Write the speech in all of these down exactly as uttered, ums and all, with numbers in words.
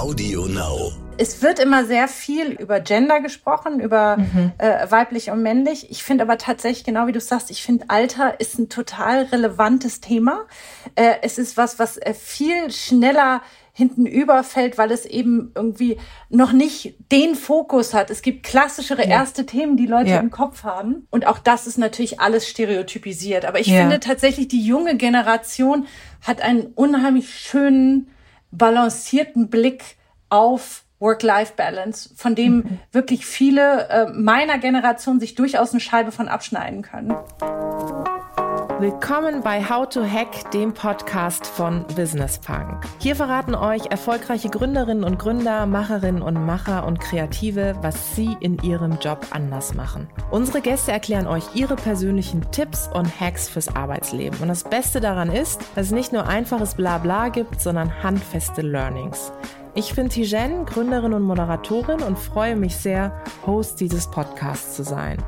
Audio Now. Es wird immer sehr viel über Gender gesprochen, über mhm. äh, weiblich und männlich. Ich finde aber tatsächlich, genau wie du sagst, ich finde Alter ist ein total relevantes Thema. Äh, es ist was, was äh, viel schneller hinten überfällt, weil es eben irgendwie noch nicht den Fokus hat. Es gibt klassischere ja. erste Themen, die Leute ja. im Kopf haben. Und auch das ist natürlich alles stereotypisiert. Aber ich ja. finde tatsächlich, die junge Generation hat einen unheimlich schönen, balancierten Blick auf Work-Life-Balance, von dem mhm. wirklich viele äh, meiner Generation sich durchaus eine Scheibe von abschneiden können. Willkommen bei How to Hack, dem Podcast von Business Punk. Hier verraten euch erfolgreiche Gründerinnen und Gründer, Macherinnen und Macher und Kreative, was sie in ihrem Job anders machen. Unsere Gäste erklären euch ihre persönlichen Tipps und Hacks fürs Arbeitsleben. Und das Beste daran ist, dass es nicht nur einfaches Blabla gibt, sondern handfeste Learnings. Ich bin Tijen, Gründerin und Moderatorin und freue mich sehr, Host dieses Podcasts zu sein.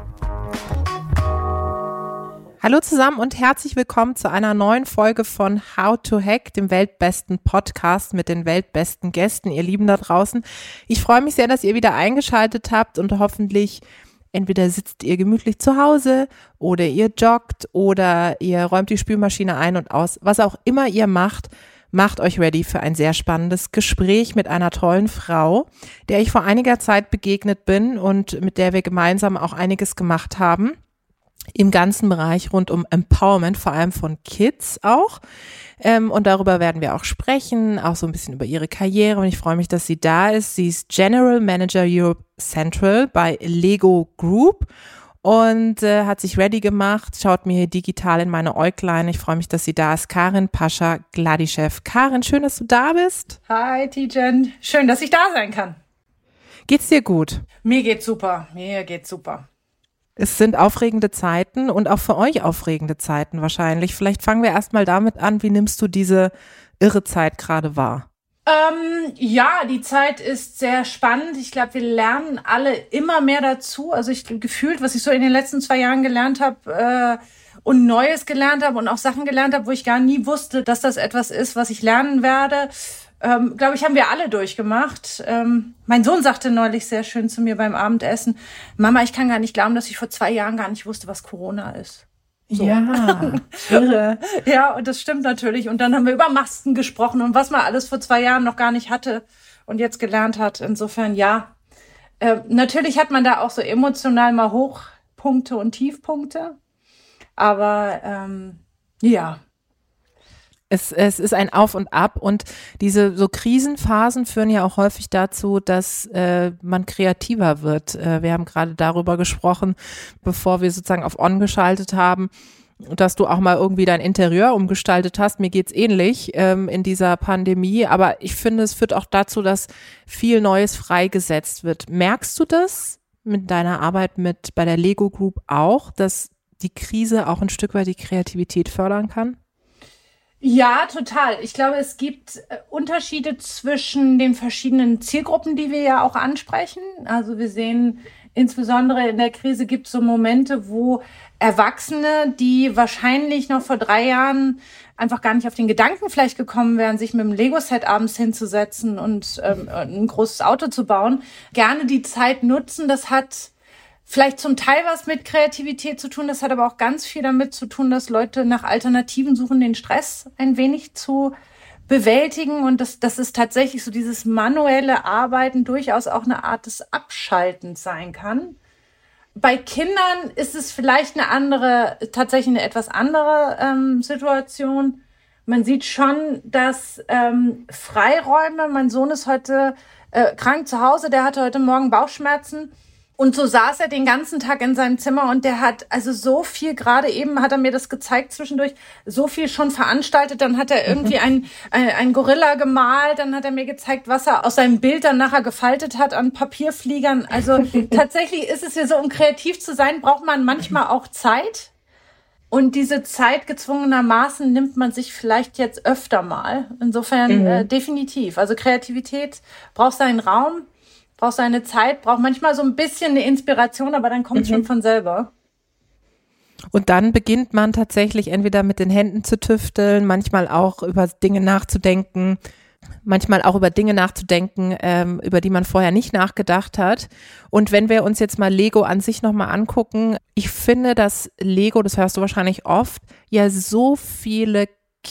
Hallo zusammen und herzlich willkommen zu einer neuen Folge von How to Hack, dem weltbesten Podcast mit den weltbesten Gästen, ihr Lieben da draußen. Ich freue mich sehr, dass ihr wieder eingeschaltet habt und hoffentlich entweder sitzt ihr gemütlich zu Hause oder ihr joggt oder ihr räumt die Spülmaschine ein und aus. Was auch immer ihr macht, macht euch ready für ein sehr spannendes Gespräch mit einer tollen Frau, der ich vor einiger Zeit begegnet bin und mit der wir gemeinsam auch einiges gemacht haben. Im ganzen Bereich rund um Empowerment, vor allem von Kids auch. Ähm, und darüber werden wir auch sprechen, auch so ein bisschen über ihre Karriere. Und ich freue mich, dass sie da ist. Sie ist General Manager Europe Central bei Lego Group und äh, hat sich ready gemacht, schaut mir hier digital in meine Äuglein. Ich freue mich, dass sie da ist. Karin Pascha-Gladischew. Karin, schön, dass du da bist. Hi, Tijen. Schön, dass ich da sein kann. Geht's dir gut? Mir geht's super. Mir geht's super. Es sind aufregende Zeiten und auch für euch aufregende Zeiten wahrscheinlich. Vielleicht fangen wir erstmal damit an, wie nimmst du diese irre Zeit gerade wahr? Ähm, ja, die Zeit ist sehr spannend. Ich glaube, wir lernen alle immer mehr dazu. Also ich gefühlt, was ich so in den letzten zwei Jahren gelernt habe äh, und Neues gelernt habe und auch Sachen gelernt habe, wo ich gar nie wusste, dass das etwas ist, was ich lernen werde. Ähm, glaube ich, haben wir alle durchgemacht. Ähm, mein Sohn sagte neulich sehr schön zu mir beim Abendessen, Mama, ich kann gar nicht glauben, dass ich vor zwei Jahren gar nicht wusste, was Corona ist. So. Ja, irre. Ja, und das stimmt natürlich. Und dann haben wir über Masken gesprochen und was man alles vor zwei Jahren noch gar nicht hatte und jetzt gelernt hat. Insofern, ja. Äh, natürlich hat man da auch so emotional mal Hochpunkte und Tiefpunkte. Aber ähm, ja. Es, es ist ein Auf und Ab und diese so Krisenphasen führen ja auch häufig dazu, dass äh, man kreativer wird. Äh, wir haben gerade darüber gesprochen, bevor wir sozusagen auf On geschaltet haben, dass du auch mal irgendwie dein Interieur umgestaltet hast. Mir geht's ähnlich ähm, in dieser Pandemie, aber ich finde, es führt auch dazu, dass viel Neues freigesetzt wird. Merkst du das mit deiner Arbeit mit bei der Lego Group auch, dass die Krise auch ein Stück weit die Kreativität fördern kann? Ja, total. Ich glaube, es gibt äh, Unterschiede zwischen den verschiedenen Zielgruppen, die wir ja auch ansprechen. Also wir sehen insbesondere in der Krise gibt es so Momente, wo Erwachsene, die wahrscheinlich noch vor drei Jahren einfach gar nicht auf den Gedanken vielleicht gekommen wären, sich mit dem Lego-Set abends hinzusetzen und ähm, ein großes Auto zu bauen, gerne die Zeit nutzen. Das hat vielleicht zum Teil was mit Kreativität zu tun, das hat aber auch ganz viel damit zu tun, dass Leute nach Alternativen suchen, den Stress ein wenig zu bewältigen und das, das ist tatsächlich so dieses manuelle Arbeiten durchaus auch eine Art des Abschaltens sein kann. Bei Kindern ist es vielleicht eine andere, tatsächlich eine etwas andere ähm, Situation. Man sieht schon, dass ähm, Freiräume, mein Sohn ist heute äh, krank zu Hause, der hatte heute Morgen Bauchschmerzen. Und so saß er den ganzen Tag in seinem Zimmer und der hat also so viel, gerade eben hat er mir das gezeigt zwischendurch, so viel schon veranstaltet. Dann hat er irgendwie ein, ein, ein Gorilla gemalt, dann hat er mir gezeigt, was er aus seinem Bild dann nachher gefaltet hat an Papierfliegern. Also tatsächlich ist es ja so, um kreativ zu sein, braucht man manchmal auch Zeit. Und diese Zeit gezwungenermaßen nimmt man sich vielleicht jetzt öfter mal. Insofern mhm. äh, definitiv. Also Kreativität braucht seinen Raum. Braucht seine Zeit, braucht manchmal so ein bisschen eine Inspiration, aber dann kommt es mhm. schon von selber. Und dann beginnt man tatsächlich entweder mit den Händen zu tüfteln, manchmal auch über Dinge nachzudenken, manchmal auch über Dinge nachzudenken, ähm, über die man vorher nicht nachgedacht hat. Und wenn wir uns jetzt mal Lego an sich nochmal angucken, ich finde, dass Lego, das hörst du wahrscheinlich oft, ja so viele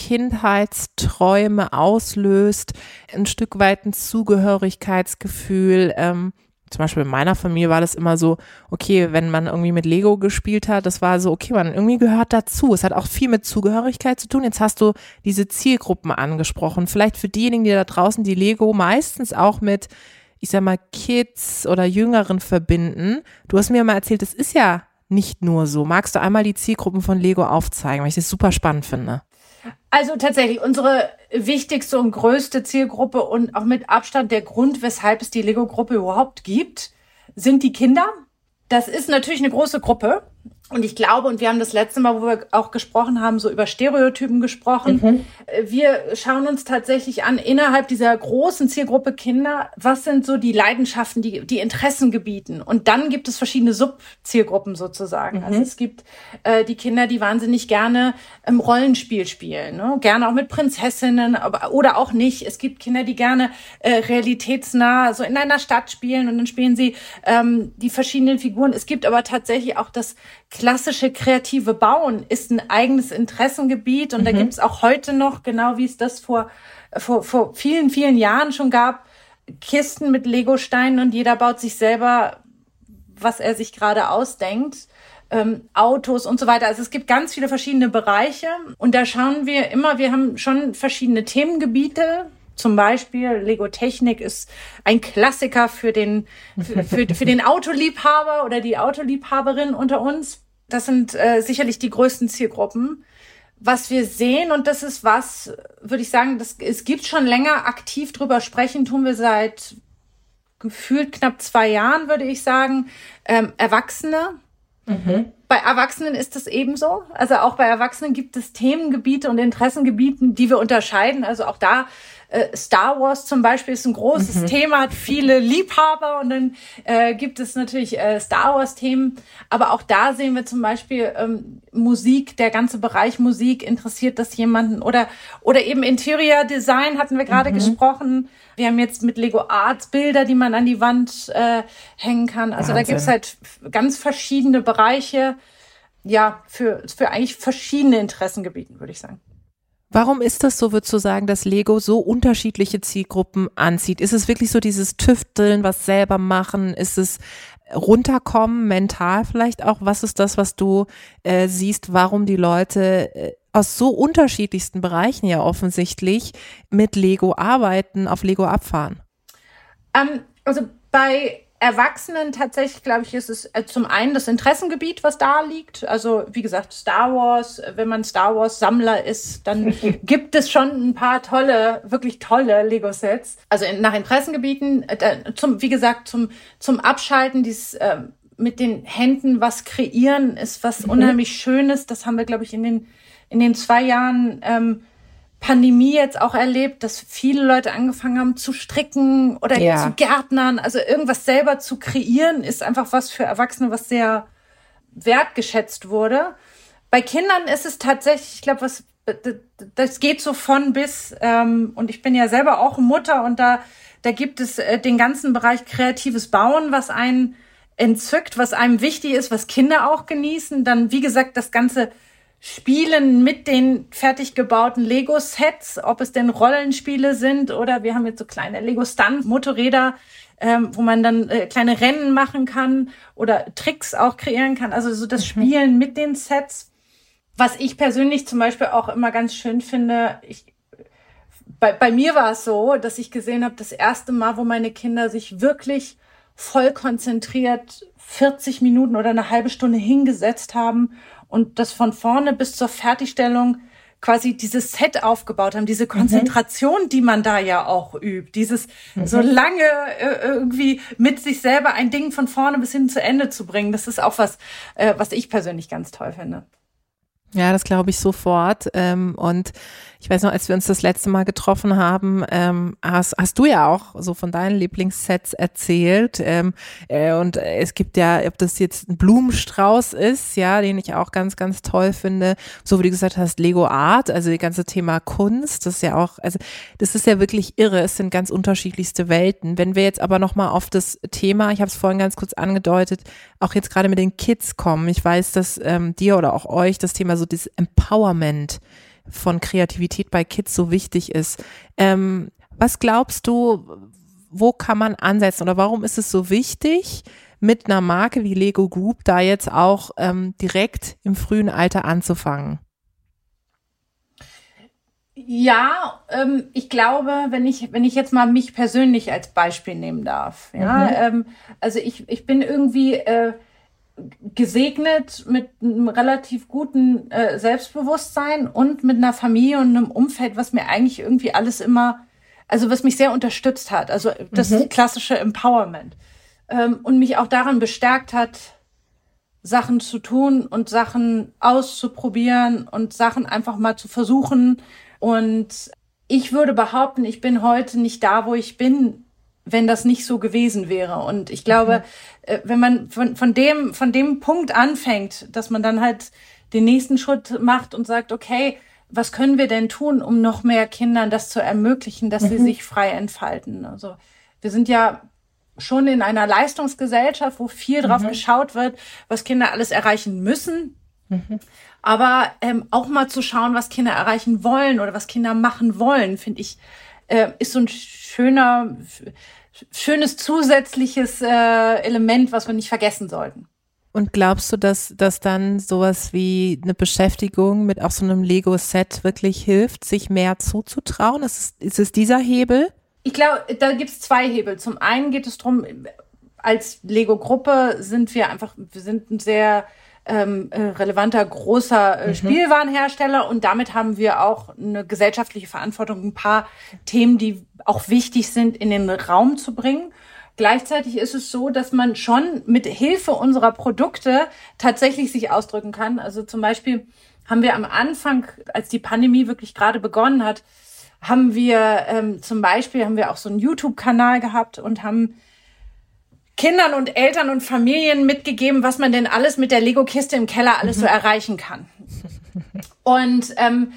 Kindheitsträume auslöst, ein Stück weit ein Zugehörigkeitsgefühl. Ähm, zum Beispiel in meiner Familie war das immer so, okay, wenn man irgendwie mit Lego gespielt hat, das war so, okay, man irgendwie gehört dazu. Es hat auch viel mit Zugehörigkeit zu tun. Jetzt hast du diese Zielgruppen angesprochen. Vielleicht für diejenigen, die da draußen die Lego meistens auch mit, ich sag mal, Kids oder Jüngeren verbinden. Du hast mir mal erzählt, das ist ja nicht nur so. Magst du einmal die Zielgruppen von Lego aufzeigen, weil ich das super spannend finde? Also tatsächlich, unsere wichtigste und größte Zielgruppe und auch mit Abstand der Grund, weshalb es die Lego-Gruppe überhaupt gibt, sind die Kinder. Das ist natürlich eine große Gruppe. Und ich glaube, und wir haben das letzte Mal, wo wir auch gesprochen haben, so über Stereotypen gesprochen. Mhm. Wir schauen uns tatsächlich an, innerhalb dieser großen Zielgruppe Kinder, was sind so die Leidenschaften, die, die Interessengebieten. Und dann gibt es verschiedene Subzielgruppen sozusagen. Mhm. Also es gibt äh, die Kinder, die wahnsinnig gerne im Rollenspiel spielen, ne? Gerne auch mit Prinzessinnen, aber, oder auch nicht. Es gibt Kinder, die gerne äh, realitätsnah so in einer Stadt spielen und dann spielen sie ähm, die verschiedenen Figuren. Es gibt aber tatsächlich auch das klassische kreative Bauen ist ein eigenes Interessengebiet und mhm. da gibt es auch heute noch, genau wie es das vor, vor, vor vielen, vielen Jahren schon gab, Kisten mit Legosteinen und jeder baut sich selber, was er sich gerade ausdenkt, ähm, Autos und so weiter. Also es gibt ganz viele verschiedene Bereiche und da schauen wir immer, wir haben schon verschiedene Themengebiete. Zum Beispiel Lego Technik ist ein Klassiker für den, für, für, für den Autoliebhaber oder die Autoliebhaberin unter uns. Das sind äh, sicherlich die größten Zielgruppen. Was wir sehen, und das ist was, würde ich sagen, das, es gibt schon länger, aktiv drüber sprechen, tun wir seit gefühlt knapp zwei Jahren, würde ich sagen, ähm, Erwachsene. Mhm. Bei Erwachsenen ist es ebenso. Also auch bei Erwachsenen gibt es Themengebiete und Interessengebiete, die wir unterscheiden. Also auch da äh, Star Wars zum Beispiel ist ein großes mhm. Thema, hat viele Liebhaber und dann äh, gibt es natürlich äh, Star Wars Themen. Aber auch da sehen wir zum Beispiel ähm, Musik, der ganze Bereich Musik, interessiert das jemanden? Oder oder eben Interior Design hatten wir gerade mhm. gesprochen. Wir haben jetzt mit Lego Arts Bilder, die man an die Wand äh, hängen kann. Also Wahnsinn. Da gibt's halt ganz verschiedene Bereiche, ja, für, für eigentlich verschiedene Interessengebieten, würde ich sagen. Warum ist das so, würdest du sagen, dass Lego so unterschiedliche Zielgruppen anzieht? Ist es wirklich so dieses Tüfteln, was selber machen? Ist es runterkommen, mental vielleicht auch? Was ist das, was du äh, siehst, warum die Leute äh, aus so unterschiedlichsten Bereichen ja offensichtlich mit Lego arbeiten, auf Lego abfahren? Ähm, also bei Erwachsenen tatsächlich, glaube ich, ist es äh, zum einen das Interessengebiet, was da liegt. Also wie gesagt, Star Wars, wenn man Star Wars Sammler ist, dann gibt es schon ein paar tolle, wirklich tolle Lego-Sets. Also in, nach Interessengebieten, äh, zum, wie gesagt, zum, zum Abschalten, dieses äh, mit den Händen was kreieren, ist was mhm. unheimlich Schönes. Das haben wir, glaube ich, in den in den zwei Jahren ähm, Pandemie jetzt auch erlebt, dass viele Leute angefangen haben zu stricken oder ja. zu gärtnern. Also irgendwas selber zu kreieren ist einfach was für Erwachsene, was sehr wertgeschätzt wurde. Bei Kindern ist es tatsächlich, ich glaube, was das geht so von bis. Ähm, und ich bin ja selber auch Mutter und da da gibt es äh, den ganzen Bereich kreatives Bauen, was einen entzückt, was einem wichtig ist, was Kinder auch genießen. Dann, wie gesagt, das ganze Spielen mit den fertig gebauten Lego-Sets, ob es denn Rollenspiele sind oder wir haben jetzt so kleine Lego-Stunt-Motorräder, ähm, wo man dann äh, kleine Rennen machen kann oder Tricks auch kreieren kann. Also so das Spielen mit den Sets. Was ich persönlich zum Beispiel auch immer ganz schön finde, ich, bei, bei mir war es so, dass ich gesehen habe, das erste Mal, wo meine Kinder sich wirklich voll konzentriert vierzig Minuten oder eine halbe Stunde hingesetzt haben und das von vorne bis zur Fertigstellung quasi dieses Set aufgebaut haben, diese Konzentration, mhm. die man da ja auch übt, dieses mhm. so lange äh, irgendwie mit sich selber ein Ding von vorne bis hin zu Ende zu bringen, das ist auch was, äh, was ich persönlich ganz toll finde. Ja, das glaube ich sofort. Ähm, und Ich weiß noch, als wir uns das letzte Mal getroffen haben, ähm, hast, hast du ja auch so von deinen Lieblingssets erzählt. Ähm, äh, und es gibt ja, ob das jetzt ein Blumenstrauß ist, ja, den ich auch ganz, ganz toll finde. So wie du gesagt hast, Lego Art, also das ganze Thema Kunst, das ist ja auch, also das ist ja wirklich irre. Es sind ganz unterschiedlichste Welten. Wenn wir jetzt aber nochmal auf das Thema, ich habe es vorhin ganz kurz angedeutet, auch jetzt gerade mit den Kids kommen. Ich weiß, dass ähm, dir oder auch euch das Thema so dieses Empowerment von Kreativität bei Kids so wichtig ist. Ähm, was glaubst du, wo kann man ansetzen oder warum ist es so wichtig, mit einer Marke wie Lego Group da jetzt auch ähm, direkt im frühen Alter anzufangen? Ja, ähm, ich glaube, wenn ich wenn ich jetzt mal mich persönlich als Beispiel nehmen darf, ja, Mhm. ähm, also ich ich bin irgendwie äh, gesegnet mit einem relativ guten äh, Selbstbewusstsein und mit einer Familie und einem Umfeld, was mir eigentlich irgendwie alles immer, also was mich sehr unterstützt hat, also das Mhm. klassische Empowerment ähm, und mich auch daran bestärkt hat, Sachen zu tun und Sachen auszuprobieren und Sachen einfach mal zu versuchen. Und ich würde behaupten, ich bin heute nicht da, wo ich bin, wenn das nicht so gewesen wäre. Und ich glaube, mhm. wenn man von, von dem, von dem Punkt anfängt, dass man dann halt den nächsten Schritt macht und sagt, okay, was können wir denn tun, um noch mehr Kindern das zu ermöglichen, dass mhm. sie sich frei entfalten? Also wir sind ja schon in einer Leistungsgesellschaft, wo viel drauf mhm. geschaut wird, was Kinder alles erreichen müssen. Mhm. Aber ähm, auch mal zu schauen, was Kinder erreichen wollen oder was Kinder machen wollen, finde ich, äh, ist so ein schöner, schönes zusätzliches äh, Element, was wir nicht vergessen sollten. Und glaubst du, dass, dass dann sowas wie eine Beschäftigung mit auch so einem Lego-Set wirklich hilft, sich mehr zuzutrauen? Ist es, ist es dieser Hebel? Ich glaube, da gibt es zwei Hebel. Zum einen geht es darum, als Lego-Gruppe sind wir einfach, wir sind ein sehr ähm, relevanter, großer äh, mhm. Spielwarenhersteller und damit haben wir auch eine gesellschaftliche Verantwortung, ein paar Themen, die auch wichtig sind, in den Raum zu bringen. Gleichzeitig ist es so, dass man schon mit Hilfe unserer Produkte tatsächlich sich ausdrücken kann. Also zum Beispiel haben wir am Anfang, als die Pandemie wirklich gerade begonnen hat, haben wir ähm, zum Beispiel haben wir auch so einen YouTube-Kanal gehabt und haben Kindern und Eltern und Familien mitgegeben, was man denn alles mit der Lego-Kiste im Keller alles mhm. so erreichen kann. Und ähm,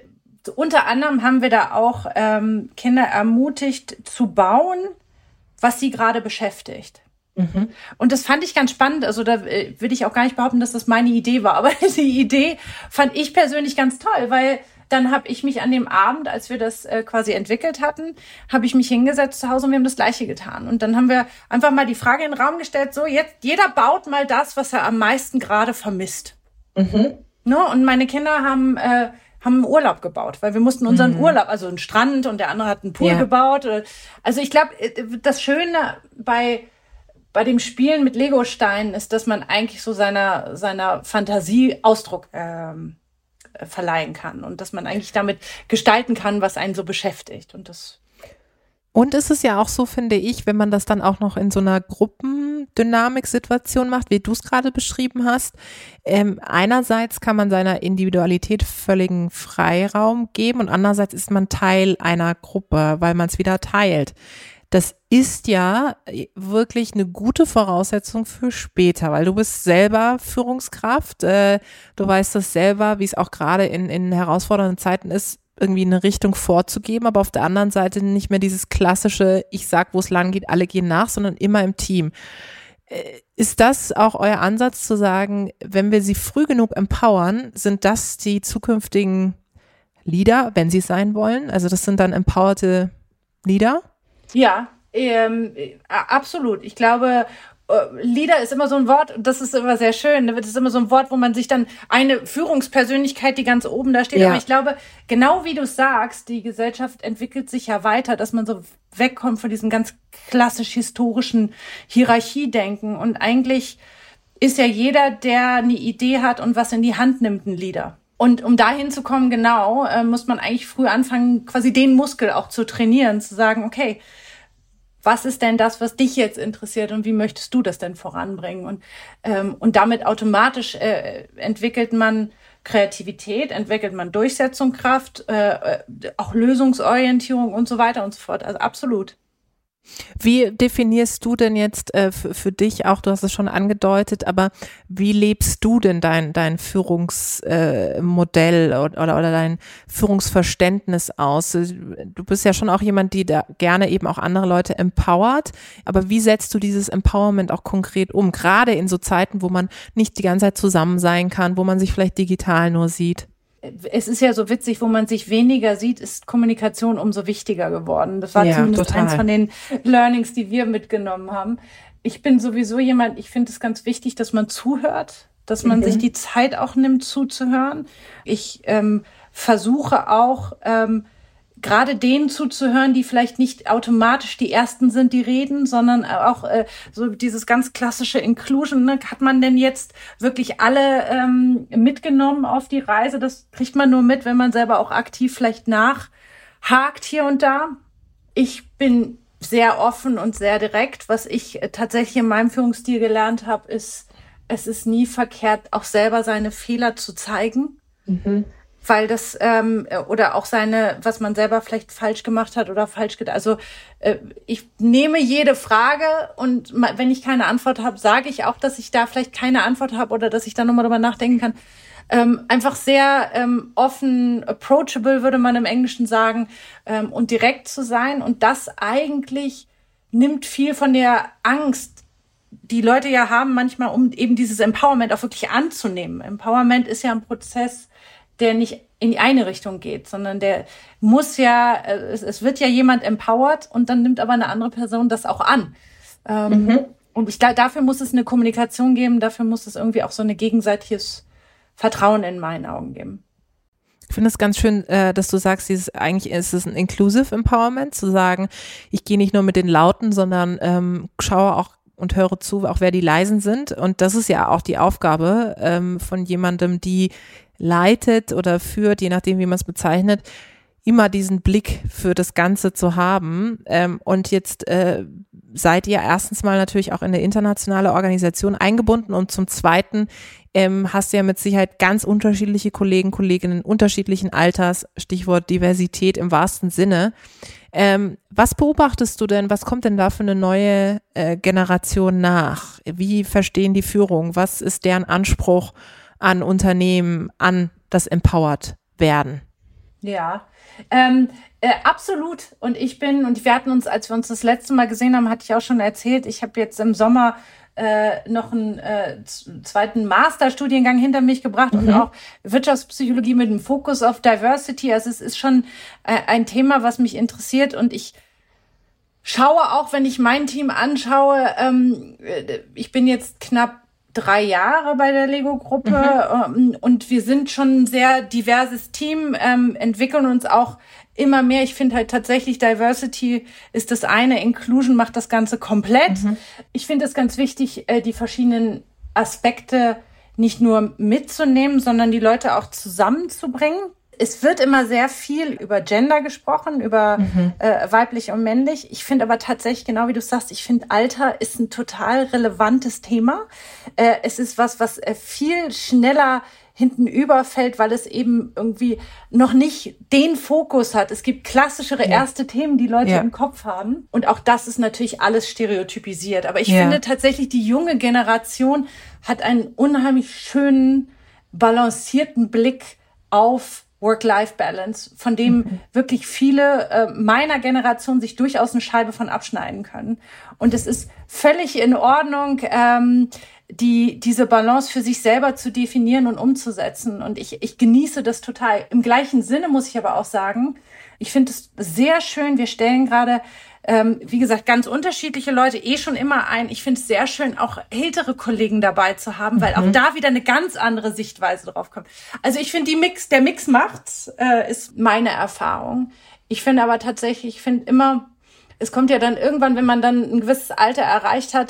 unter anderem haben wir da auch ähm, Kinder ermutigt zu bauen, was sie gerade beschäftigt. Mhm. Und das fand ich ganz spannend. Also da äh, will ich auch gar nicht behaupten, dass das meine Idee war. Aber die Idee fand ich persönlich ganz toll, weil dann habe ich mich an dem Abend, als wir das äh, quasi entwickelt hatten, habe ich mich hingesetzt zu Hause und wir haben das Gleiche getan. Und dann haben wir einfach mal die Frage in den Raum gestellt, so jetzt jeder baut mal das, was er am meisten gerade vermisst. Mhm. Ne? Und meine Kinder haben äh, haben einen Urlaub gebaut, weil wir mussten unseren mhm. Urlaub, also einen Strand und der andere hat einen Pool ja. gebaut. Also ich glaube, das Schöne bei bei dem Spielen mit Legosteinen ist, dass man eigentlich so seiner seiner Fantasie Ausdruck ähm, verleihen kann und dass man eigentlich damit gestalten kann, was einen so beschäftigt. Und das Und es ist ja auch so, finde ich, wenn man das dann auch noch in so einer Gruppendynamik-Situation macht, wie du es gerade beschrieben hast, ähm, einerseits kann man seiner Individualität völligen Freiraum geben und andererseits ist man Teil einer Gruppe, weil man es wieder teilt. Das ist ja wirklich eine gute Voraussetzung für später, weil du bist selber Führungskraft, äh, du weißt das selber, wie es auch gerade in, in herausfordernden Zeiten ist, irgendwie eine Richtung vorzugeben, aber auf der anderen Seite nicht mehr dieses klassische, ich sag, wo es lang geht, alle gehen nach, sondern immer im Team. Äh, ist das auch euer Ansatz zu sagen, wenn wir sie früh genug empowern, sind das die zukünftigen Leader, wenn sie es sein wollen? Also das sind dann empowerte Leader? Ja, ähm, absolut. Ich glaube, Leader ist immer so ein Wort, das ist immer sehr schön, das ist immer so ein Wort, wo man sich dann eine Führungspersönlichkeit, die ganz oben da steht, ja. aber ich glaube, genau wie du sagst, die Gesellschaft entwickelt sich ja weiter, dass man so wegkommt von diesem ganz klassisch historischen Hierarchiedenken und eigentlich ist ja jeder, der eine Idee hat und was in die Hand nimmt, ein Leader. Und um dahin zu kommen, genau, äh, muss man eigentlich früh anfangen, quasi den Muskel auch zu trainieren, zu sagen, okay, was ist denn das, was dich jetzt interessiert und wie möchtest du das denn voranbringen? Und, ähm, und damit automatisch äh, entwickelt man Kreativität, entwickelt man Durchsetzungskraft, äh, auch Lösungsorientierung und so weiter und so fort. Also absolut. Wie definierst du denn jetzt äh, für, für dich auch, du hast es schon angedeutet, aber wie lebst du denn dein, dein Führungsmodell äh, oder, oder dein Führungsverständnis aus? Du bist ja schon auch jemand, die da gerne eben auch andere Leute empowert, aber wie setzt du dieses Empowerment auch konkret um? Gerade in so Zeiten, wo man nicht die ganze Zeit zusammen sein kann, wo man sich vielleicht digital nur sieht. Es ist ja so witzig, wo man sich weniger sieht, ist Kommunikation umso wichtiger geworden. Das war ja, zumindest total. Eins von den Learnings, die wir mitgenommen haben. Ich bin sowieso jemand, ich finde es ganz wichtig, dass man zuhört, dass man mhm. sich die Zeit auch nimmt, zuzuhören. Ich ähm, versuche auch, ähm, gerade denen zuzuhören, die vielleicht nicht automatisch die Ersten sind, die reden, sondern auch äh, so dieses ganz klassische Inclusion. Ne? Hat man denn jetzt wirklich alle ähm, mitgenommen auf die Reise? Das kriegt man nur mit, wenn man selber auch aktiv vielleicht nachhakt hier und da. Ich bin sehr offen und sehr direkt. Was ich äh, tatsächlich in meinem Führungsstil gelernt habe, ist, es ist nie verkehrt, auch selber seine Fehler zu zeigen. Mhm. Weil das, ähm, oder auch seine, was man selber vielleicht falsch gemacht hat oder falsch gedacht. Also äh, ich nehme jede Frage und wenn ich keine Antwort habe, sage ich auch, dass ich da vielleicht keine Antwort habe oder dass ich da nochmal drüber nachdenken kann. Ähm, einfach sehr ähm, offen, approachable, würde man im Englischen sagen, ähm, und direkt zu sein. Und das eigentlich nimmt viel von der Angst, die Leute ja haben manchmal, um eben dieses Empowerment auch wirklich anzunehmen. Empowerment ist ja ein Prozess, der nicht in die eine Richtung geht, sondern der muss ja, es, es wird ja jemand empowered und dann nimmt aber eine andere Person das auch an. Ähm, mhm. Und ich glaube, dafür muss es eine Kommunikation geben, dafür muss es irgendwie auch so ein gegenseitiges Vertrauen in meinen Augen geben. Ich finde es ganz schön, äh, dass du sagst, dieses, eigentlich ist es ein Inclusive Empowerment, zu sagen, ich gehe nicht nur mit den Lauten, sondern ähm, schaue auch und höre zu, auch wer die Leisen sind. Und das ist ja auch die Aufgabe ähm, von jemandem, die leitet oder führt, je nachdem, wie man es bezeichnet, immer diesen Blick für das Ganze zu haben. Ähm, und jetzt äh, seid ihr erstens mal natürlich auch in eine internationale Organisation eingebunden und zum Zweiten ähm, hast du ja mit Sicherheit ganz unterschiedliche Kollegen, Kolleginnen unterschiedlichen Alters, Stichwort Diversität im wahrsten Sinne. Ähm, was beobachtest du denn, was kommt denn da für eine neue äh, Generation nach? Wie verstehen die Führung? Was ist deren Anspruch an Unternehmen, an das Empowered werden? Ja, ähm, äh, absolut. Und ich bin, und wir hatten uns, als wir uns das letzte Mal gesehen haben, hatte ich auch schon erzählt, ich habe jetzt im Sommer äh, noch einen äh, zweiten Masterstudiengang hinter mich gebracht mhm. und auch Wirtschaftspsychologie mit dem Fokus auf Diversity. Also es ist schon äh, ein Thema, was mich interessiert und ich schaue auch, wenn ich mein Team anschaue, ähm, ich bin jetzt knapp drei Jahre bei der Lego-Gruppe mhm. und wir sind schon ein sehr diverses Team, ähm, entwickeln uns auch immer mehr. Ich finde halt tatsächlich, Diversity ist das eine, Inclusion macht das Ganze komplett. Mhm. Ich finde es ganz wichtig, äh, die verschiedenen Aspekte nicht nur mitzunehmen, sondern die Leute auch zusammenzubringen. Es wird immer sehr viel über Gender gesprochen, über mhm. äh, weiblich und männlich. Ich finde aber tatsächlich, genau wie du sagst, ich finde, Alter ist ein total relevantes Thema. Äh, es ist was, was äh, viel schneller hinten überfällt, weil es eben irgendwie noch nicht den Fokus hat. Es gibt klassischere ja. erste Themen, die Leute ja. im Kopf haben. Und auch das ist natürlich alles stereotypisiert. Aber ich ja. finde tatsächlich, die junge Generation hat einen unheimlich schönen, balancierten Blick auf Work-Life-Balance, von dem mhm. wirklich viele äh, meiner Generation sich durchaus eine Scheibe von abschneiden können. Und es ist völlig in Ordnung, ähm, die diese Balance für sich selber zu definieren und umzusetzen. Und ich, ich genieße das total. Im gleichen Sinne muss ich aber auch sagen, ich finde es sehr schön, wir stellen gerade Ähm, wie gesagt, ganz unterschiedliche Leute eh schon immer ein. Ich finde es sehr schön, auch ältere Kollegen dabei zu haben, weil mhm. auch da wieder eine ganz andere Sichtweise drauf kommt. Also ich finde, die Mix, der Mix macht's, äh, ist meine Erfahrung. Ich finde aber tatsächlich, ich finde immer, es kommt ja dann irgendwann, wenn man dann ein gewisses Alter erreicht hat,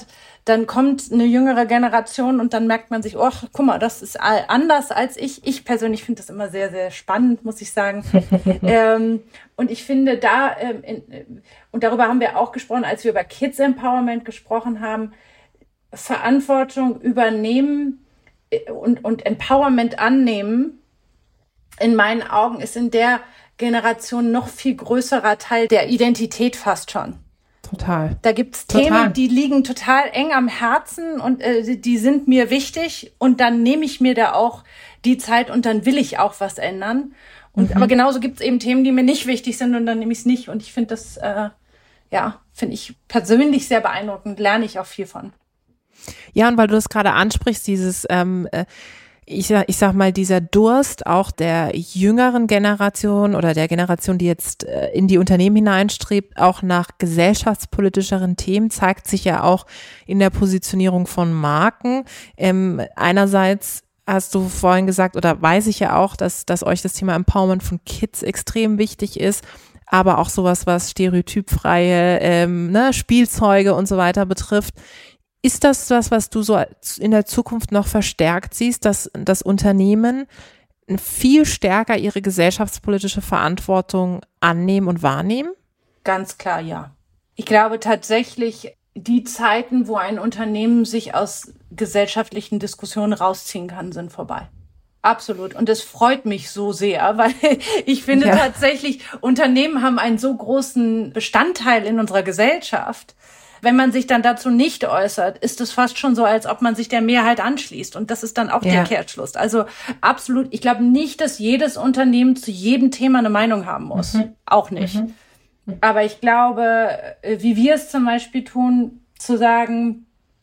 dann kommt eine jüngere Generation und dann merkt man sich, oh, guck mal, das ist anders als ich. Ich persönlich finde das immer sehr, sehr spannend, muss ich sagen. ähm, und ich finde da, ähm, in, und darüber haben wir auch gesprochen, als wir über Kids Empowerment gesprochen haben, Verantwortung übernehmen und, und Empowerment annehmen, in meinen Augen ist in der Generation noch viel größerer Teil der Identität fast schon. Total. Da gibt's Total. Themen, die liegen total eng am Herzen und äh, die sind mir wichtig und dann nehme ich mir da auch die Zeit und dann will ich auch was ändern. Und, mhm. Aber genauso gibt's eben Themen, die mir nicht wichtig sind und dann nehme ich es nicht. Und ich finde das, äh, ja, finde ich persönlich sehr beeindruckend, lerne ich auch viel von. Ja, und weil du das gerade ansprichst, dieses ähm, äh, Ich, ich sag mal, dieser Durst auch der jüngeren Generation oder der Generation, die jetzt in die Unternehmen hineinstrebt, auch nach gesellschaftspolitischeren Themen, zeigt sich ja auch in der Positionierung von Marken. Ähm, einerseits hast du vorhin gesagt, oder weiß ich ja auch, dass, dass euch das Thema Empowerment von Kids extrem wichtig ist, aber auch sowas, was stereotypfreie ähm, ne, Spielzeuge und so weiter betrifft. Ist das was, was du so in der Zukunft noch verstärkt siehst, dass das Unternehmen viel stärker ihre gesellschaftspolitische Verantwortung annehmen und wahrnehmen? Ganz klar, ja. Ich glaube tatsächlich, die Zeiten, wo ein Unternehmen sich aus gesellschaftlichen Diskussionen rausziehen kann, sind vorbei. Absolut. Und es freut mich so sehr, weil ich finde ja. tatsächlich, Unternehmen haben einen so großen Bestandteil in unserer Gesellschaft. Wenn man sich dann dazu nicht äußert, ist es fast schon so, als ob man sich der Mehrheit anschließt. Und das ist dann auch ja. der Kehrschluss. Also absolut, ich glaube nicht, dass jedes Unternehmen zu jedem Thema eine Meinung haben muss. Mhm. Auch nicht. Mhm. Aber ich glaube, wie wir es zum Beispiel tun, zu sagen,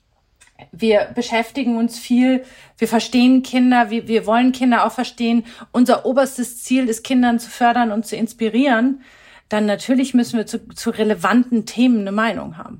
wir beschäftigen uns viel, wir verstehen Kinder, wir, wir wollen Kinder auch verstehen. Unser oberstes Ziel ist, Kindern zu fördern und zu inspirieren. Dann natürlich müssen wir zu, zu relevanten Themen eine Meinung haben.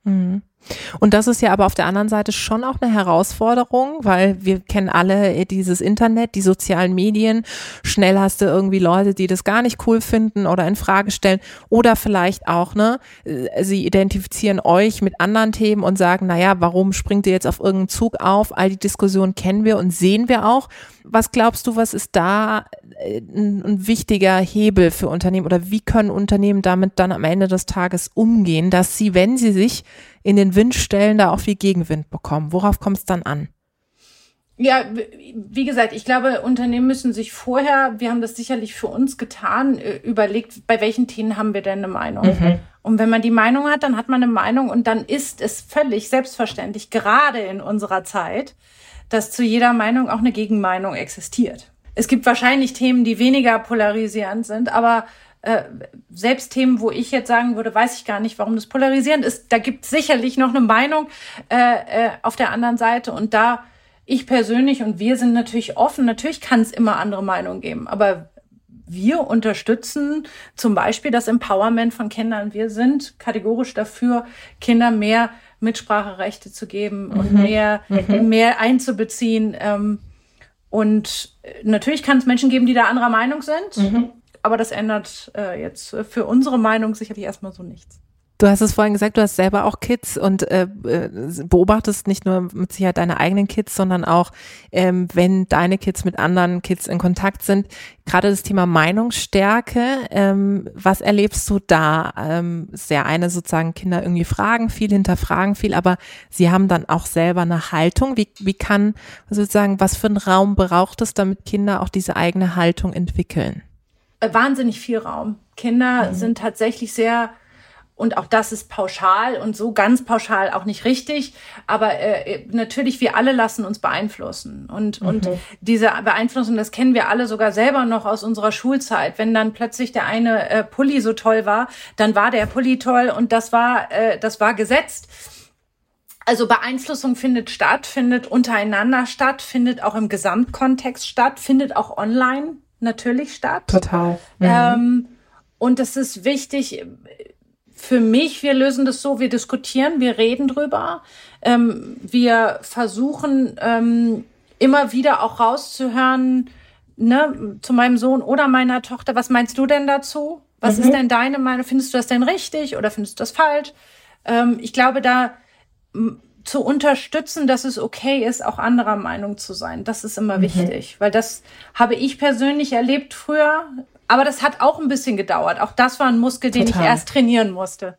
Und das ist ja aber auf der anderen Seite schon auch eine Herausforderung, weil wir kennen alle dieses Internet, die sozialen Medien. Schnell hast du irgendwie Leute, die das gar nicht cool finden oder in Frage stellen oder vielleicht auch, ne, sie identifizieren euch mit anderen Themen und sagen, naja, warum springt ihr jetzt auf irgendeinen Zug auf? All die Diskussionen kennen wir und sehen wir auch. Was glaubst du, was ist da ein, ein wichtiger Hebel für Unternehmen oder wie können Unternehmen damit dann am Ende des Tages umgehen, dass sie, wenn sie sich in den Wind stellen, da auch viel Gegenwind bekommen? Worauf kommt es dann an? Ja, wie gesagt, ich glaube, Unternehmen müssen sich vorher, wir haben das sicherlich für uns getan, überlegt, bei welchen Themen haben wir denn eine Meinung? Mhm. Und wenn man die Meinung hat, dann hat man eine Meinung und dann ist es völlig selbstverständlich, gerade in unserer Zeit, dass zu jeder Meinung auch eine Gegenmeinung existiert. Es gibt wahrscheinlich Themen, die weniger polarisierend sind, aber äh, selbst Themen, wo ich jetzt sagen würde, weiß ich gar nicht, warum das polarisierend ist, da gibt es sicherlich noch eine Meinung äh, äh, auf der anderen Seite. Und da ich persönlich und wir sind natürlich offen, natürlich kann es immer andere Meinungen geben, aber wir unterstützen zum Beispiel das Empowerment von Kindern. Wir sind kategorisch dafür, Kindern mehr Mitspracherechte zu geben und mhm. mehr, mhm. mehr einzubeziehen. Ähm, und natürlich kann es Menschen geben, die da anderer Meinung sind, mhm. aber das ändert äh, jetzt für unsere Meinung sicherlich erstmal so nichts. Du hast es vorhin gesagt, du hast selber auch Kids und äh, beobachtest nicht nur mit Sicherheit deine eigenen Kids, sondern auch, ähm, wenn deine Kids mit anderen Kids in Kontakt sind. Gerade das Thema Meinungsstärke, ähm, was erlebst du da? Ähm, ist ja eine sozusagen, Kinder irgendwie fragen viel, hinterfragen viel, aber sie haben dann auch selber eine Haltung. Wie, wie kann sozusagen, was für einen Raum braucht es, damit Kinder auch diese eigene Haltung entwickeln? Wahnsinnig viel Raum. Kinder mhm. sind tatsächlich sehr... Und auch das ist pauschal und so ganz pauschal auch nicht richtig. Aber äh, natürlich, wir alle lassen uns beeinflussen. Und, mhm. und diese Beeinflussung, das kennen wir alle sogar selber noch aus unserer Schulzeit. Wenn dann plötzlich der eine äh, Pulli so toll war, dann war der Pulli toll und das war, äh, das war gesetzt. Also Beeinflussung findet statt, findet untereinander statt, findet auch im Gesamtkontext statt, findet auch online natürlich statt. Total. Mhm. Ähm, und das ist wichtig. Für mich, wir lösen das so, wir diskutieren, wir reden drüber. Ähm, wir versuchen ähm, immer wieder auch rauszuhören, ne, zu meinem Sohn oder meiner Tochter, was meinst du denn dazu? Was mhm. ist denn deine Meinung? Findest du das denn richtig oder findest du das falsch? Ähm, ich glaube, da zu unterstützen, dass es okay ist, auch anderer Meinung zu sein. Das ist immer mhm. wichtig, weil das habe ich persönlich erlebt früher, aber das hat auch ein bisschen gedauert. Auch das war ein Muskel, den Total. ich erst trainieren musste.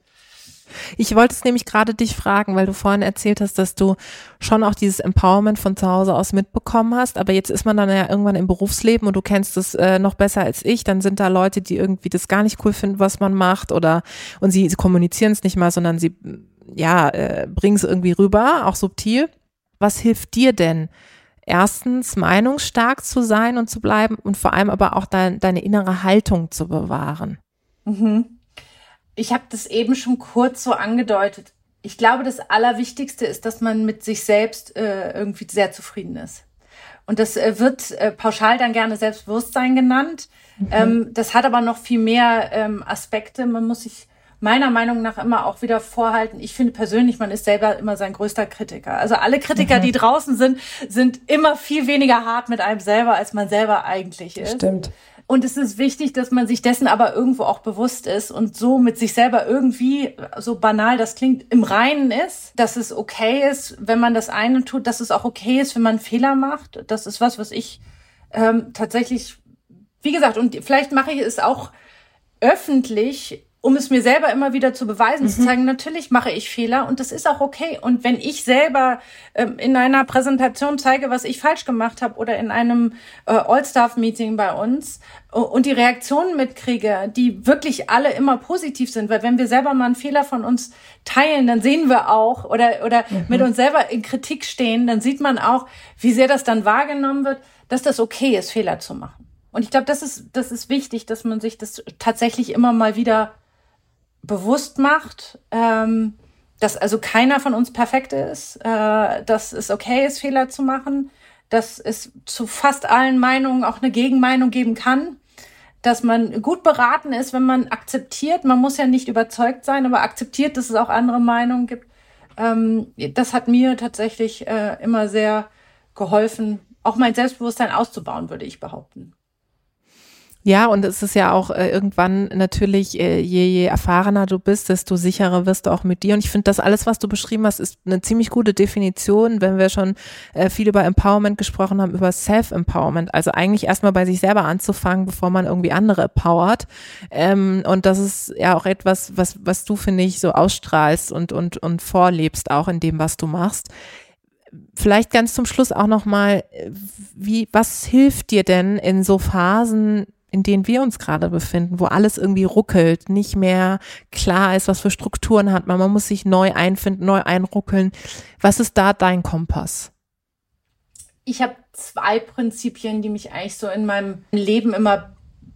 Ich wollte es nämlich gerade dich fragen, weil du vorhin erzählt hast, dass du schon auch dieses Empowerment von zu Hause aus mitbekommen hast, aber jetzt ist man dann ja irgendwann im Berufsleben und du kennst es äh, noch besser als ich, dann sind da Leute, die irgendwie das gar nicht cool finden, was man macht oder und sie, sie kommunizieren es nicht mal, sondern sie ja äh, bringen es irgendwie rüber, auch subtil. Was hilft dir denn? Erstens, meinungsstark zu sein und zu bleiben und vor allem aber auch dein, deine innere Haltung zu bewahren. Mhm. Ich habe das eben schon kurz so angedeutet. Ich glaube, das Allerwichtigste ist, dass man mit sich selbst äh, irgendwie sehr zufrieden ist. Und das äh, wird äh, pauschal dann gerne Selbstbewusstsein genannt. Mhm. Ähm, das hat aber noch viel mehr ähm, Aspekte. Man muss sich meiner Meinung nach immer auch wieder vorhalten. Ich finde persönlich, man ist selber immer sein größter Kritiker. Also alle Kritiker, mhm. die draußen sind, sind immer viel weniger hart mit einem selber, als man selber eigentlich ist. Stimmt. Und es ist wichtig, dass man sich dessen aber irgendwo auch bewusst ist und so mit sich selber irgendwie, so banal das klingt, im Reinen ist, dass es okay ist, wenn man das eine tut, dass es auch okay ist, wenn man Fehler macht. Das ist was, was ich ähm, tatsächlich, wie gesagt, und vielleicht mache ich es auch öffentlich, um es mir selber immer wieder zu beweisen, mhm. zu zeigen, natürlich mache ich Fehler und das ist auch okay. Und wenn ich selber ähm, in einer Präsentation zeige, was ich falsch gemacht habe oder in einem äh, All-Staff-Meeting bei uns äh, und die Reaktionen mitkriege, die wirklich alle immer positiv sind, weil wenn wir selber mal einen Fehler von uns teilen, dann sehen wir auch oder oder mhm. mit uns selber in Kritik stehen, dann sieht man auch, wie sehr das dann wahrgenommen wird, dass das okay ist, Fehler zu machen. Und ich glaube, das ist das ist wichtig, dass man sich das tatsächlich immer mal wieder bewusst macht, ähm, dass also keiner von uns perfekt ist, äh, dass es okay ist, Fehler zu machen, dass es zu fast allen Meinungen auch eine Gegenmeinung geben kann, dass man gut beraten ist, wenn man akzeptiert, man muss ja nicht überzeugt sein, aber akzeptiert, dass es auch andere Meinungen gibt. Ähm, das hat mir tatsächlich äh, immer sehr geholfen, auch mein Selbstbewusstsein auszubauen, würde ich behaupten. Ja, und es ist ja auch äh, irgendwann natürlich, äh, je, je erfahrener du bist, desto sicherer wirst du auch mit dir. Und ich finde, das alles, was du beschrieben hast, ist eine ziemlich gute Definition, wenn wir schon äh, viel über Empowerment gesprochen haben, über Self-Empowerment. Also eigentlich erstmal bei sich selber anzufangen, bevor man irgendwie andere empowert. Ähm, und das ist ja auch etwas, was, was du, finde ich, so ausstrahlst und, und, und vorlebst auch in dem, was du machst. Vielleicht ganz zum Schluss auch nochmal, wie, was hilft dir denn in so Phasen, in denen wir uns gerade befinden, wo alles irgendwie ruckelt, nicht mehr klar ist, was für Strukturen hat man, man muss sich neu einfinden, neu einruckeln. Was ist da dein Kompass? Ich habe zwei Prinzipien, die mich eigentlich so in meinem Leben immer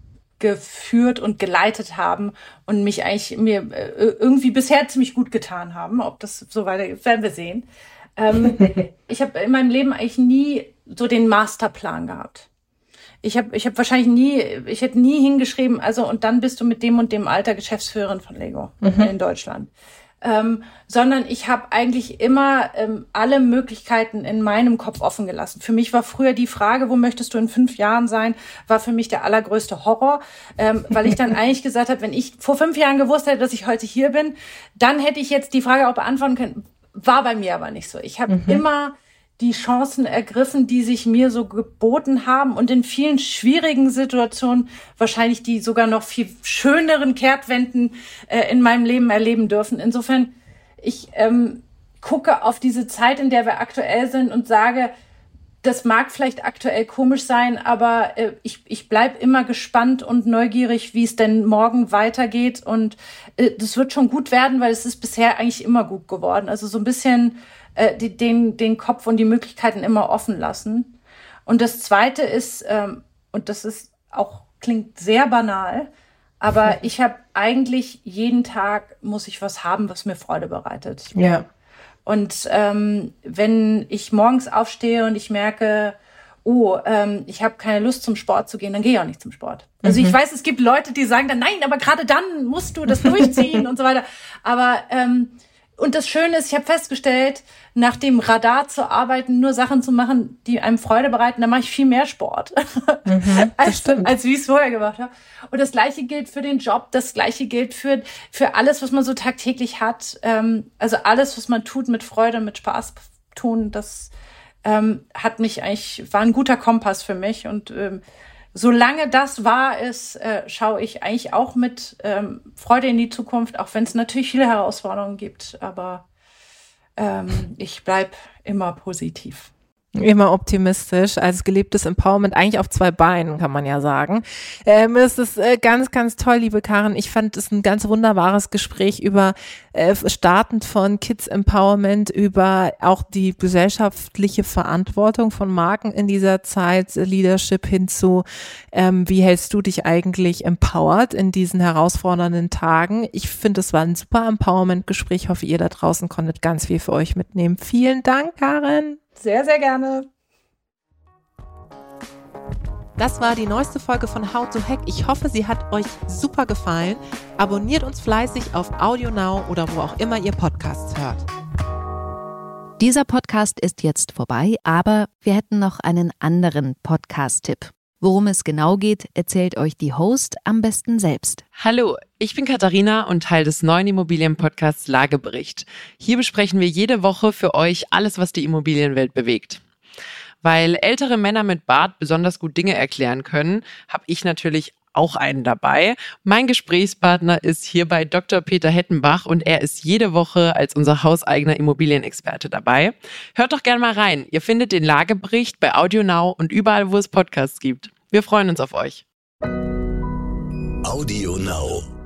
geführt und geleitet haben und mich eigentlich mir irgendwie bisher ziemlich gut getan haben. Ob das so weitergeht, werden wir sehen. Ähm, ich habe in meinem Leben eigentlich nie so den Masterplan gehabt. Ich habe ich hab wahrscheinlich nie, ich hätte nie hingeschrieben, also und dann bist du mit dem und dem Alter Geschäftsführerin von Lego mhm. in Deutschland. Ähm, sondern ich habe eigentlich immer ähm, alle Möglichkeiten in meinem Kopf offen gelassen. Für mich war früher die Frage, wo möchtest du in fünf Jahren sein, war für mich der allergrößte Horror, ähm, weil ich dann eigentlich gesagt habe, wenn ich vor fünf Jahren gewusst hätte, dass ich heute hier bin, dann hätte ich jetzt die Frage auch beantworten können. War bei mir aber nicht so. Ich habe mhm. immer die Chancen ergriffen, die sich mir so geboten haben und in vielen schwierigen Situationen wahrscheinlich die sogar noch viel schöneren Kehrtwenden äh, in meinem Leben erleben dürfen. Insofern, ich ähm, gucke auf diese Zeit, in der wir aktuell sind und sage, das mag vielleicht aktuell komisch sein, aber äh, ich, ich bleib immer gespannt und neugierig, wie es denn morgen weitergeht und äh, das wird schon gut werden, weil es ist bisher eigentlich immer gut geworden. Also so ein bisschen äh, die, den, den Kopf und die Möglichkeiten immer offen lassen. Und das Zweite ist, ähm, und das ist auch, klingt sehr banal, aber ich habe eigentlich jeden Tag, muss ich was haben, was mir Freude bereitet. Ja. Und ähm, wenn ich morgens aufstehe und ich merke, oh, ähm, ich habe keine Lust zum Sport zu gehen, dann gehe ich auch nicht zum Sport. Also mhm. ich weiß, es gibt Leute, die sagen dann, nein, aber gerade dann musst du das durchziehen und so weiter. Aber ähm, Und das Schöne ist, ich habe festgestellt, nach dem Radar zu arbeiten, nur Sachen zu machen, die einem Freude bereiten, da mache ich viel mehr Sport, mhm, als, als wie ich es vorher gemacht habe. Und das Gleiche gilt für den Job, das Gleiche gilt für für alles, was man so tagtäglich hat. Ähm, also alles, was man tut mit Freude, mit Spaß tun, das ähm, hat mich eigentlich, war ein guter Kompass für mich. Und ähm, solange das wahr ist, äh, schaue ich eigentlich auch mit ähm, Freude in die Zukunft, auch wenn es natürlich viele Herausforderungen gibt. Aber ähm, ich bleib immer positiv. Immer optimistisch, als gelebtes Empowerment, eigentlich auf zwei Beinen, kann man ja sagen. Ähm, es ist äh, ganz, ganz toll, liebe Karin. Ich fand es ein ganz wunderbares Gespräch über, äh, startend von Kids Empowerment, über auch die gesellschaftliche Verantwortung von Marken in dieser Zeit, Leadership hinzu, ähm, wie hältst du dich eigentlich empowered in diesen herausfordernden Tagen? Ich finde, es war ein super Empowerment-Gespräch. Ich hoffe, ihr da draußen konntet ganz viel für euch mitnehmen. Vielen Dank, Karin. Sehr, sehr gerne. Das war die neueste Folge von How to Hack. Ich hoffe, sie hat euch super gefallen. Abonniert uns fleißig auf AudioNow oder wo auch immer ihr Podcasts hört. Dieser Podcast ist jetzt vorbei, aber wir hätten noch einen anderen Podcast-Tipp. Worum es genau geht, erzählt euch die Host am besten selbst. Hallo, ich bin Katharina und Teil des neuen Immobilien-Podcasts Lagebericht. Hier besprechen wir jede Woche für euch alles, was die Immobilienwelt bewegt. Weil ältere Männer mit Bart besonders gut Dinge erklären können, habe ich natürlich auch einen dabei. Mein Gesprächspartner ist hierbei Doktor Peter Hettenbach und er ist jede Woche als unser hauseigener Immobilienexperte dabei. Hört doch gerne mal rein. Ihr findet den Lagebericht bei AudioNow und überall, wo es Podcasts gibt. Wir freuen uns auf euch. AudioNow.